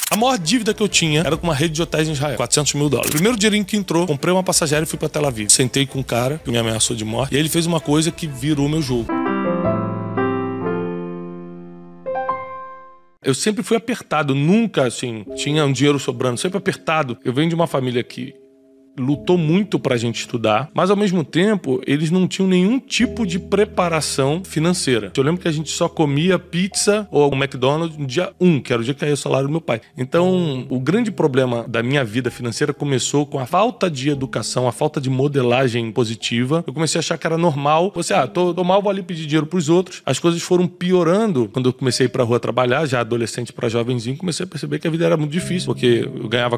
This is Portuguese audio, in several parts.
A maior dívida que eu tinha era com uma rede de hotéis em Israel, $400 mil. Primeiro dinheirinho que entrou, comprei uma passageira e fui pra Tel Aviv. Sentei com um cara que me ameaçou de morte e ele fez uma coisa que virou meu jogo. Eu sempre fui apertado, nunca, assim, tinha um dinheiro sobrando, sempre apertado. Eu venho de uma família que lutou muito pra gente estudar, mas ao mesmo tempo eles não tinham nenhum tipo de preparação financeira. Eu lembro que a gente só comia pizza ou um McDonald's no dia 1, que era o dia que caía o salário do meu pai. Então, o grande problema da minha vida financeira começou com a falta de educação, a falta de modelagem positiva. Eu comecei a achar que era normal. Tô mal, vou ali pedir dinheiro pros outros. As coisas foram piorando quando eu comecei a ir pra rua trabalhar, já adolescente pra jovenzinho, comecei a perceber que a vida era muito difícil, porque eu ganhava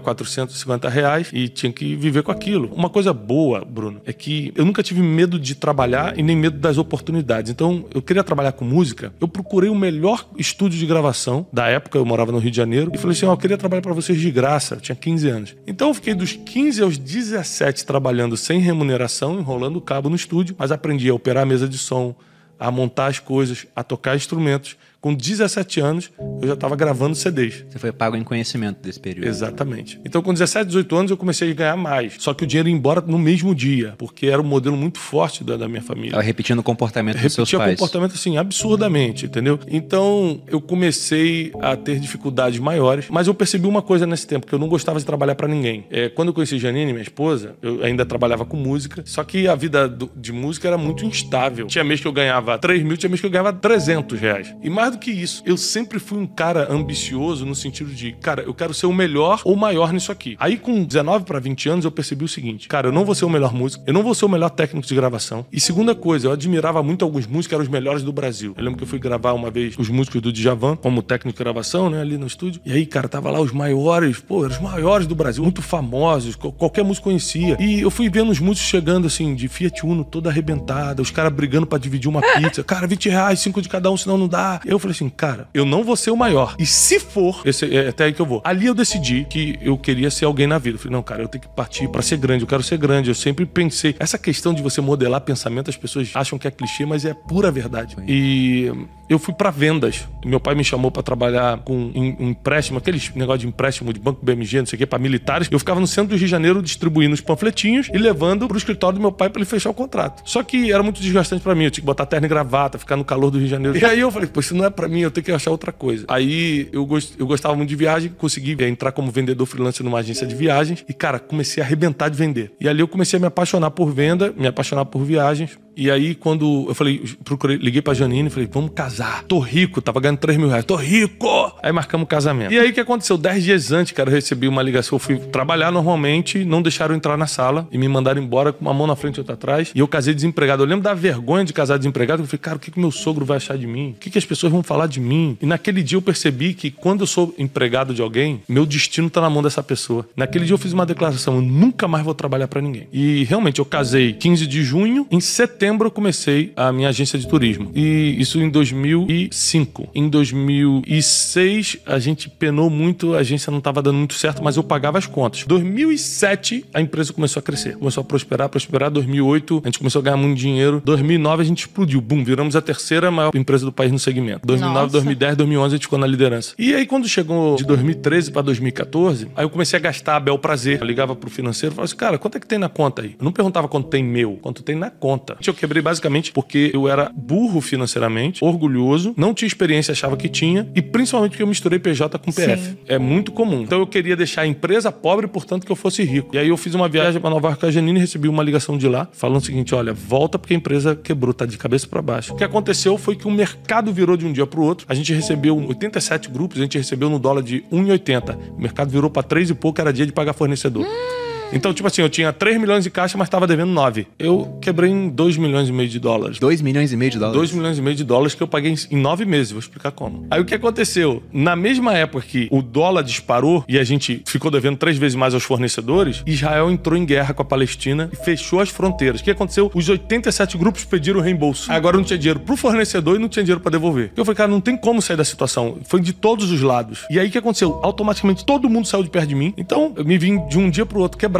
R$450 e tinha que viver com aquilo. Uma coisa boa, Bruno, é que eu nunca tive medo de trabalhar e nem medo das oportunidades. Então, eu queria trabalhar com música, eu procurei o melhor estúdio de gravação da época, eu morava no Rio de Janeiro, e falei assim, eu queria trabalhar pra vocês de graça. Eu tinha 15 anos. Então, eu fiquei dos 15 aos 17 trabalhando sem remuneração, enrolando o cabo no estúdio, mas aprendi a operar a mesa de som, a montar as coisas, a tocar instrumentos. Com 17 anos, eu já estava gravando CDs. Você foi pago em conhecimento desse período. Exatamente. Então, com 17, 18 anos, eu comecei a ganhar mais. Só que o dinheiro ia embora no mesmo dia, porque era um modelo muito forte da minha família. Estava repetindo o comportamento dos seus pais. Repetia o comportamento, assim, absurdamente, entendeu? Então, eu comecei a ter dificuldades maiores, mas eu percebi uma coisa nesse tempo, que eu não gostava de trabalhar para ninguém. Quando eu conheci Janine, minha esposa, eu ainda trabalhava com música, só que a vida de música era muito instável. Tinha mês que eu ganhava 3 mil, tinha mês que eu ganhava R$300. E mais do que isso, eu sempre fui um cara ambicioso no sentido de, cara, eu quero ser o melhor ou maior nisso aqui. Aí com 19 para 20 anos eu percebi o seguinte, cara, eu não vou ser o melhor músico, eu não vou ser o melhor técnico de gravação. E segunda coisa, eu admirava muito alguns músicos que eram os melhores do Brasil. Eu lembro que eu fui gravar uma vez os músicos do Djavan como técnico de gravação, né, ali no estúdio. E aí, cara, tava lá os maiores, eram os maiores do Brasil, muito famosos, qualquer músico conhecia. E eu fui vendo os músicos chegando assim, de Fiat Uno toda arrebentada, os caras brigando pra dividir uma pizza. Cara, R$20, 5 de cada um, senão não dá. Eu falei assim, cara, eu não vou ser o maior. E se for, é até aí que eu vou. Ali eu decidi que eu queria ser alguém na vida. Eu falei, não, cara, eu tenho que partir pra ser grande, eu quero ser grande. Eu sempre pensei, essa questão de você modelar pensamento, as pessoas acham que é clichê, mas é pura verdade. E eu fui pra vendas. Meu pai me chamou pra trabalhar com um empréstimo, aqueles negócio de empréstimo de banco BMG, não sei o que, pra militares. Eu ficava no centro do Rio de Janeiro distribuindo os panfletinhos e levando pro escritório do meu pai pra ele fechar o contrato. Só que era muito desgastante pra mim. Eu tinha que botar terno e gravata, ficar no calor do Rio de Janeiro. E aí eu falei, pô, isso não é pra mim, eu tenho que achar outra coisa. Aí eu gostava muito de viagem, consegui entrar como vendedor freelancer numa agência de viagens e, cara, comecei a arrebentar de vender. E ali eu comecei a me apaixonar por venda, me apaixonar por viagens. E aí, quando eu falei, liguei pra Janine e falei, vamos casar. Tô rico, tava ganhando R$3 mil. Tô rico! Aí marcamos o casamento. E aí, o que aconteceu? 10 dias antes, cara, eu recebi uma ligação. Eu fui trabalhar normalmente, não deixaram eu entrar na sala e me mandaram embora com uma mão na frente e outra atrás. E eu casei desempregado. Eu lembro da vergonha de casar desempregado. Eu falei, cara, o que meu sogro vai achar de mim? O que as pessoas vão falar de mim? E naquele dia eu percebi que quando eu sou empregado de alguém, meu destino tá na mão dessa pessoa. Naquele dia eu fiz uma declaração, eu nunca mais vou trabalhar pra ninguém. E realmente eu casei 15 de junho, em setembro eu comecei a minha agência de turismo. E isso em 2005. Em 2006 a gente penou muito, a agência não estava dando muito certo, mas eu pagava as contas. 2007 a empresa começou a crescer, começou a prosperar. 2008 a gente começou a ganhar muito dinheiro. 2009 a gente explodiu, bum, viramos a terceira maior empresa do país no segmento. 2009, 2010, 2011 a gente ficou na liderança. E aí quando chegou de 2013 para 2014, aí eu comecei a gastar a bel prazer. Eu ligava pro financeiro e falava assim, cara, quanto é que tem na conta aí? Eu não perguntava quanto tem meu, quanto tem na conta. Eu quebrei basicamente porque eu era burro financeiramente, orgulhoso, não tinha experiência, achava que tinha, e principalmente porque eu misturei PJ com PF. Sim. É muito comum. Então eu queria deixar a empresa pobre, portanto que eu fosse rico. E aí eu fiz uma viagem para Nova York com a Janine e recebi uma ligação de lá, falando o seguinte, olha, volta porque a empresa quebrou, tá de cabeça para baixo. O que aconteceu foi que o mercado virou de um dia pro outro. A gente recebeu 87 grupos, a gente recebeu no dólar de 1,80. O mercado virou para 3 e pouco, era dia de pagar fornecedor. Então, tipo assim, eu tinha 3 milhões de caixa, mas tava devendo 9. Eu quebrei em 2 milhões e meio de dólares. 2 milhões e meio de dólares? 2 milhões e meio de dólares que eu paguei em 9 meses. Vou explicar como. Aí o que aconteceu? Na mesma época que o dólar disparou e a gente ficou devendo 3 vezes mais aos fornecedores, Israel entrou em guerra com a Palestina e fechou as fronteiras. O que aconteceu? Os 87 grupos pediram reembolso. Agora não tinha dinheiro pro fornecedor e não tinha dinheiro pra devolver. Eu falei, cara, não tem como sair da situação. Foi de todos os lados. E aí o que aconteceu? Automaticamente todo mundo saiu de perto de mim. Então eu me vim de um dia pro outro quebrado.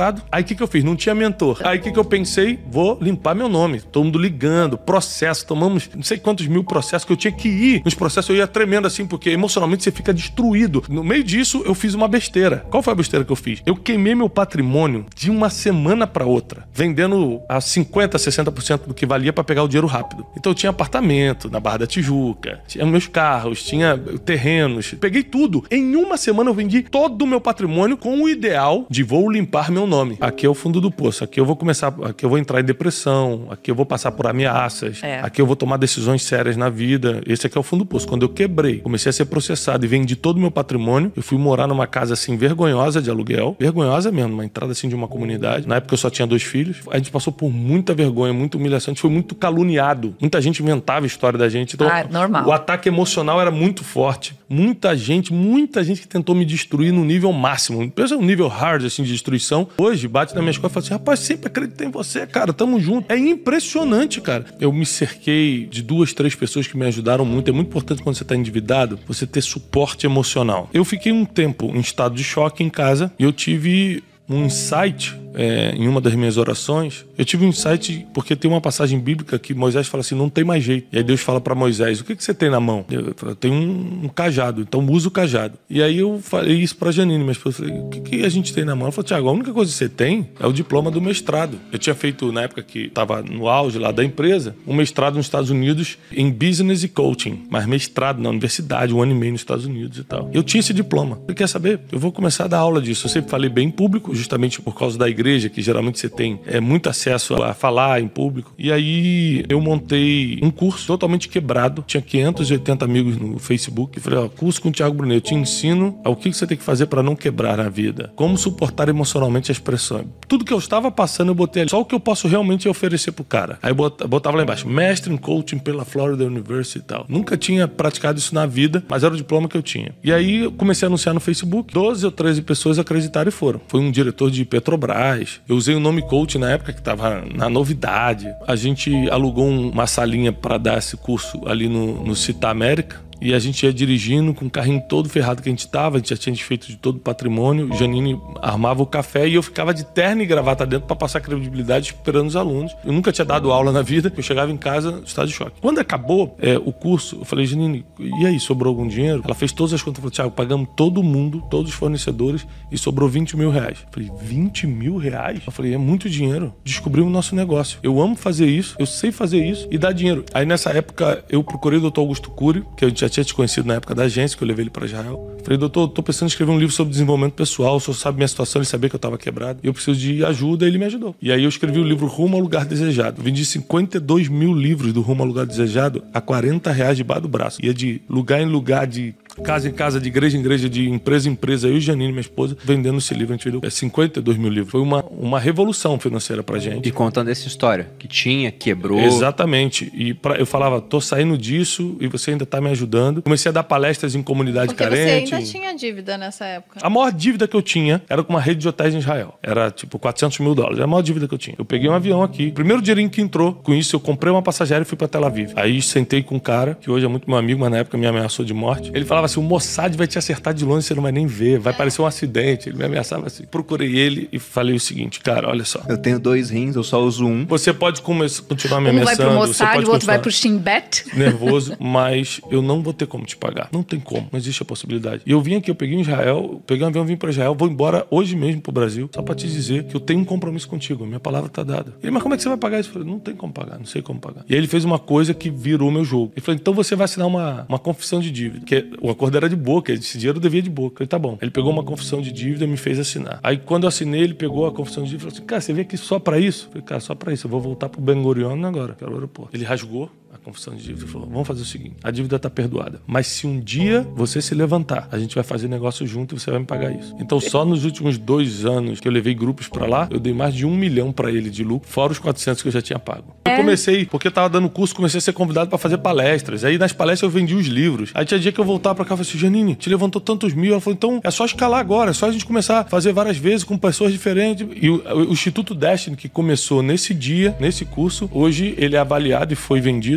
quebrado. Aí o que eu fiz? Não tinha mentor. Aí o que eu pensei? Vou limpar meu nome. Todo mundo ligando, processo. Tomamos não sei quantos mil processos que eu tinha que ir. Nos processos eu ia tremendo assim, porque emocionalmente você fica destruído. No meio disso, eu fiz uma besteira. Qual foi a besteira que eu fiz? Eu queimei meu patrimônio de uma semana pra outra, vendendo a 50%, 60% do que valia pra pegar o dinheiro rápido. Então eu tinha apartamento na Barra da Tijuca, tinha meus carros, tinha terrenos. Peguei tudo. Em uma semana eu vendi todo o meu patrimônio com o ideal de vou limpar meu nome. Aqui é o fundo do poço. Aqui eu vou entrar em depressão. Aqui eu vou passar por ameaças. Aqui eu vou tomar decisões sérias na vida. Esse aqui é o fundo do poço. Quando eu quebrei, comecei a ser processado e vendi todo o meu patrimônio, eu fui morar numa casa assim vergonhosa de aluguel. Vergonhosa mesmo, uma entrada assim de uma comunidade. Na época eu só tinha 2 filhos. A gente passou por muita vergonha, muita humilhação. A gente foi muito caluniado. Muita gente inventava a história da gente. Então, normal. O ataque emocional era muito forte. Muita gente que tentou me destruir no nível máximo. Pensa um nível hard assim de destruição. Hoje bate na minha escola e fala assim: rapaz, sempre acreditei em você, cara, tamo junto. É impressionante, cara. Eu me cerquei de 2, 3 pessoas que me ajudaram muito. É muito importante quando você tá endividado, você ter suporte emocional. Eu fiquei um tempo em estado de choque em casa e eu tive um insight em uma das minhas orações. Eu tive um insight porque tem uma passagem bíblica que Moisés fala assim: não tem mais jeito. E aí Deus fala pra Moisés: o que você tem na mão? Eu tenho um cajado, então usa o cajado. E aí eu falei isso pra Janine, minha esposa. Eu falei: o que a gente tem na mão? Ela falou: Thiago, a única coisa que você tem é o diploma do mestrado. Eu tinha feito, na época que tava no auge lá da empresa, um mestrado nos Estados Unidos em Business e Coaching, mas mestrado na universidade, 1 ano e meio nos Estados Unidos e tal. Eu tinha esse diploma. Você quer saber? Eu vou começar a dar aula disso. Eu sempre falei bem em público, justamente por causa da igreja, que geralmente você tem muito acesso a falar em público. E aí eu montei um curso totalmente quebrado. Tinha 580 amigos no Facebook. E falei: curso com o Thiago Brunet. Eu te ensino o que você tem que fazer para não quebrar na vida. Como suportar emocionalmente as pressões. Tudo que eu estava passando eu botei ali. Só o que eu posso realmente oferecer pro cara. Aí eu botava lá embaixo: mestre em coaching pela Florida University e tal. Nunca tinha praticado isso na vida, mas era o diploma que eu tinha. E aí eu comecei a anunciar no Facebook. 12 ou 13 pessoas acreditaram e foram. Foi um diretor de Petrobras. Eu usei o nome coach na época que estava na novidade. A gente alugou uma salinha para dar esse curso ali no Cita América. E a gente ia dirigindo com o carrinho todo ferrado que a gente tava. A gente já tinha desfeito de todo o patrimônio. Janine armava o café e eu ficava de terno e gravata dentro para passar credibilidade esperando os alunos. Eu nunca tinha dado aula na vida. Eu chegava em casa no estado de choque. Quando acabou o curso, eu falei: Janine, e aí, sobrou algum dinheiro? Ela fez todas as contas. Falou: Thiago, pagamos todo mundo, todos os fornecedores e sobrou 20 mil reais. Eu falei: 20 mil reais? Eu falei: é muito dinheiro. Descobrimos o nosso negócio. Eu amo fazer isso, eu sei fazer isso e dar dinheiro. Aí nessa época eu procurei o Dr. Augusto Cury, que a gente já tinha te conhecido na época da agência, que eu levei ele para Israel. Falei: doutor, tô pensando em escrever um livro sobre desenvolvimento pessoal. O senhor sabe minha situação, ele sabia que eu tava quebrado. Eu preciso de ajuda, e ele me ajudou. E aí eu escrevi o livro Rumo ao Lugar Desejado. Eu vendi 52 mil livros do Rumo ao Lugar Desejado a R$40 debaixo do braço. Ia de lugar em lugar, de casa em casa, de igreja em igreja, de empresa em empresa. Eu e Janine, minha esposa, vendendo esse livro. A gente vendeu 52 mil livros. Foi uma revolução financeira pra gente. E contando essa história, que quebrou. Exatamente. E eu falava: tô saindo disso e você ainda tá me ajudando. Comecei a dar palestras em comunidade carente. Você ainda tinha dívida nessa época. A maior dívida que eu tinha era com uma rede de hotéis em Israel. Era tipo $400 mil. Era a maior dívida que eu tinha. Eu peguei um avião aqui. O primeiro dinheirinho que entrou, com isso eu comprei uma passageira e fui pra Tel Aviv. Aí sentei com um cara, que hoje é muito meu amigo, mas na época me ameaçou de morte. Ele falava assim: o Mossad vai te acertar de longe, você não vai nem ver. Vai parecer um acidente. Ele me ameaçava assim. Procurei ele e falei o seguinte: cara, olha só. Eu tenho 2 rins, eu só uso um. Você pode continuar me ameaçando. Um vai pro Mossad, o outro vai pro Shin Bet. Nervoso, mas eu não vou ter como te pagar. Não tem como, não existe a possibilidade. E eu vim aqui, eu peguei em Israel, peguei um avião, vim para Israel, vou embora hoje mesmo pro Brasil, só pra te dizer que eu tenho um compromisso contigo, minha palavra tá dada. Ele: mas como é que você vai pagar isso? Eu falei: não tem como pagar, não sei como pagar. E aí ele fez uma coisa que virou meu jogo. Ele falou: então você vai assinar uma confissão de dívida, porque o acordo era de boca, esse dinheiro eu devia de boca. Eu falei: tá bom. Ele pegou uma confissão de dívida e me fez assinar. Aí quando eu assinei, ele pegou a confissão de dívida e falou assim: cara, você veio aqui só pra isso? Eu falei: cara, só pra isso, eu vou voltar pro Ben Gurion agora, que era o aeroporto. Ele rasgou a confissão de dívida e falou: vamos fazer o seguinte, a dívida tá perdoada, mas se um dia você se levantar, a gente vai fazer negócio junto e você vai me pagar isso. Então só nos últimos 2 anos que eu levei grupos pra lá, eu dei mais de 1 milhão pra ele de lucro, fora os 400 que eu já tinha pago. Eu comecei, porque eu tava dando curso, comecei a ser convidado pra fazer palestras. Aí nas palestras eu vendi os livros. Aí tinha dia que eu voltava pra cá e falei assim: Janine, te levantou tantos mil. Ela falou: então é só escalar agora, é só a gente começar a fazer várias vezes com pessoas diferentes. E o Instituto Destiny, que começou nesse dia, nesse curso, hoje ele é avaliado e foi vendido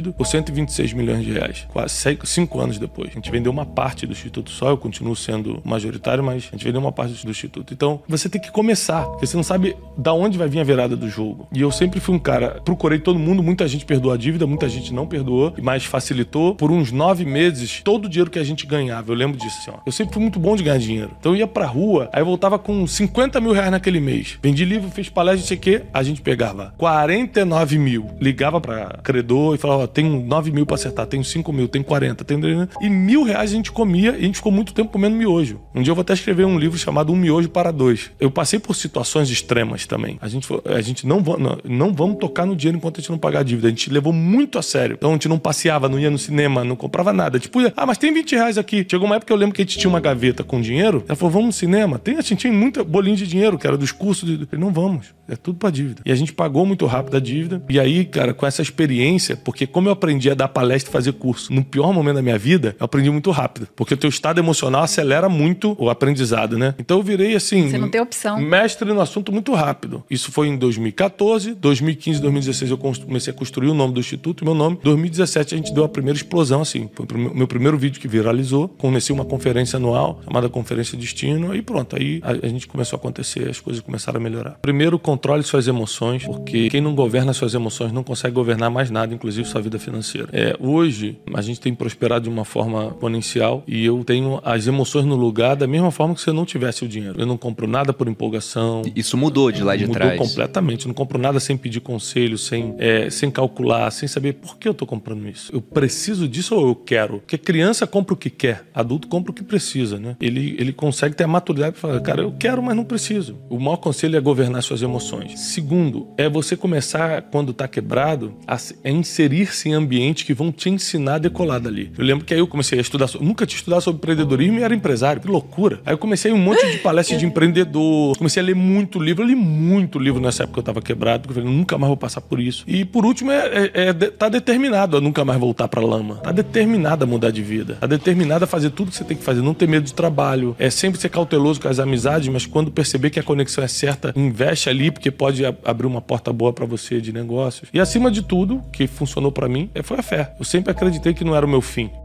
vendido por 126 milhões de reais. Quase 5 anos depois. A gente vendeu uma parte do Instituto só, eu continuo sendo majoritário, mas a gente vendeu uma parte do Instituto. Então, você tem que começar, porque você não sabe da onde vai vir a virada do jogo. E eu sempre fui um cara, procurei todo mundo, muita gente perdoou a dívida, muita gente não perdoou, mas facilitou. Por uns 9 meses, todo o dinheiro que a gente ganhava, eu lembro disso, assim, ó. Eu sempre fui muito bom de ganhar dinheiro. Então eu ia pra rua, aí eu voltava com 50 mil reais naquele mês. Vendi livro, fiz palestra, não sei o quê, a gente pegava 49 mil. Ligava pra credor e falava, ó, tenho 9 mil pra acertar, tenho 5 mil, tenho 40, tenho... E R$1.000 a gente comia e a gente ficou muito tempo comendo miojo. Um dia eu vou até escrever um livro chamado Um Miojo para Dois. Eu passei por situações extremas também. A gente não vamos tocar no dinheiro enquanto a gente não pagar a dívida. A gente levou muito a sério. Então a gente não passeava, não ia no cinema, não comprava nada. Tipo, mas tem R$20 aqui. Chegou uma época que eu lembro que a gente tinha uma gaveta com dinheiro. Ela falou, vamos no cinema? A gente tinha muita bolinha de dinheiro, que era dos cursos. Eu falei, não vamos. É tudo pra dívida. E a gente pagou muito rápido a dívida. E aí, cara, com essa experiência, porque como eu aprendi a dar palestra e fazer curso no pior momento da minha vida, eu aprendi muito rápido. Porque o teu estado emocional acelera muito o aprendizado, né? Então eu virei assim... Você não tem opção. Mestre no assunto muito rápido. Isso foi em 2014, 2015, 2016 eu comecei a construir o nome do Instituto, meu nome. Em 2017 a gente deu a primeira explosão, assim. Foi o meu primeiro vídeo que viralizou. Comecei uma conferência anual, chamada Conferência Destino, e pronto. Aí a gente começou a acontecer, as coisas começaram a melhorar. Primeiro, controle suas emoções, porque quem não governa suas emoções não consegue governar mais nada, inclusive sua vida financeira. Hoje, a gente tem prosperado de uma forma exponencial e eu tenho as emoções no lugar da mesma forma que se eu não tivesse o dinheiro. Eu não compro nada por empolgação. Isso mudou de lá de trás. Mudou completamente. Eu não compro nada sem pedir conselho, sem calcular, sem saber por que eu tô comprando isso. Eu preciso disso ou eu quero? Porque criança compra o que quer, adulto compra o que precisa, né? Ele consegue ter a maturidade para falar, cara, eu quero, mas não preciso. O maior conselho é governar suas emoções. Segundo, é você começar, quando tá quebrado, a inserir-se em ambientes que vão te ensinar a decolar dali. Eu lembro que aí eu comecei a estudar, nunca tinha estudado sobre empreendedorismo e era empresário, que loucura. Aí eu comecei um monte de palestras de empreendedor, comecei a ler muito livro, eu li muito livro nessa época que eu tava quebrado, porque eu falei, nunca mais vou passar por isso. E por último, tá determinado a nunca mais voltar pra lama. Tá determinado a mudar de vida. Tá determinado a fazer tudo que você tem que fazer, não ter medo de trabalho. É sempre ser cauteloso com as amizades, mas quando perceber que a conexão é certa, investe ali, porque pode abrir uma porta boa pra você de negócios. E acima de tudo, que funcionou pra mim, foi a fé. Eu sempre acreditei que não era o meu fim.